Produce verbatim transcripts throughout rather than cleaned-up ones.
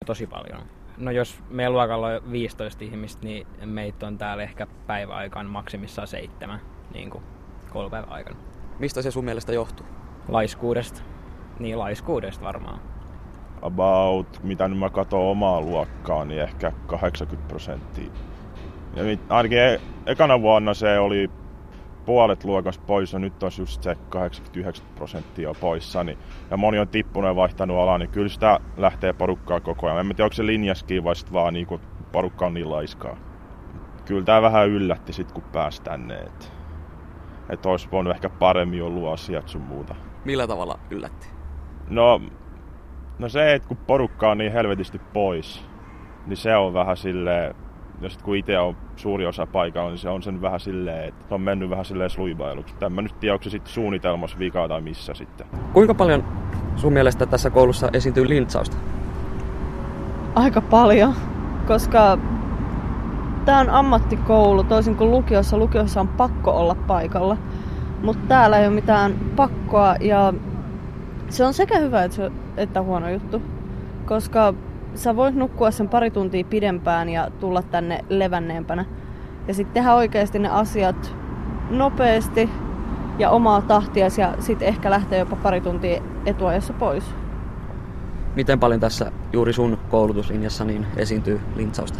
Tosi paljon. No jos meidän luokalla on viisitoista ihmistä, niin meitä on täällä ehkä päiväaikaan maksimissaan seitsemän, niin kuin koulupäivän aikana. Mistä se sun mielestä johtuu? Laiskuudesta. Niin, laiskuudesta varmaan. About, mitä nyt mä katson omaa luokkaa, niin ehkä kahdeksankymmentä prosenttia. Ja ainakin e- ekana vuonna se oli puolet luokasta pois, ja nyt on just se kahdeksankymmentäyhdeksän prosenttia poissa. Niin, ja moni on tippunut ja vaihtanut alaa, niin kyllä sitä lähtee porukkaa koko ajan. En tiedä, onko se linjaskin vai sit vaan niin kuin porukka on niin laiskaa. Kyllä tää vähän yllätti sit, kun pääsi tänne. Että et olisi voinut ehkä paremmin ollut asiat sun muuta. Millä tavalla yllätti? No, no se, että kun porukka on niin helvetisti pois, niin se on vähän silleen, ja sit kun itse on suuri osa paikalla, niin se on sen vähän silleen, että se on mennyt vähän silleen sluibailuksi. En mä nyt tiedä, onko se sitten suunnitelmassa vikaa tai missä sitten. Kuinka paljon sun mielestä tässä koulussa esiintyy lintsausta? Aika paljon, koska tää on ammattikoulu, toisin kuin lukiossa. Lukiossa on pakko olla paikalla, mutta täällä ei ole mitään pakkoa ja se on sekä hyvä että, että huono juttu, koska sä voit nukkua sen pari tuntia pidempään ja tulla tänne levänneempänä. Ja sitten tehdä oikeasti ne asiat nopeasti ja omaa tahtiasi ja sitten ehkä lähteä jopa pari tuntia etuajassa pois. Miten paljon tässä juuri sun koulutuslinjassa niin esiintyy lintsausta?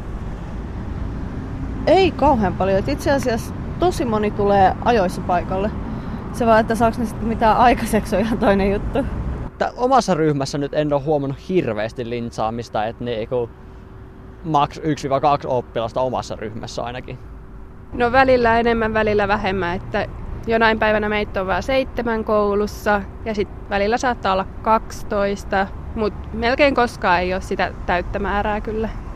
Ei kauhean paljon. Et itse asiassa tosi moni tulee ajoissa paikalle. Se vaan, että saaks ne sitten mitään aikaiseksi, on ihan toinen juttu. Tää omassa ryhmässä nyt en ole huomannut hirveästi lintsaamista, että niinku maks yksi kaksi oppilasta omassa ryhmässä ainakin. No välillä enemmän, välillä vähemmän, että jonain päivänä meitä on vaan seitsemän koulussa ja sitten välillä saattaa olla kaksitoista, mutta melkein koskaan ei ole sitä täyttä määrää kyllä.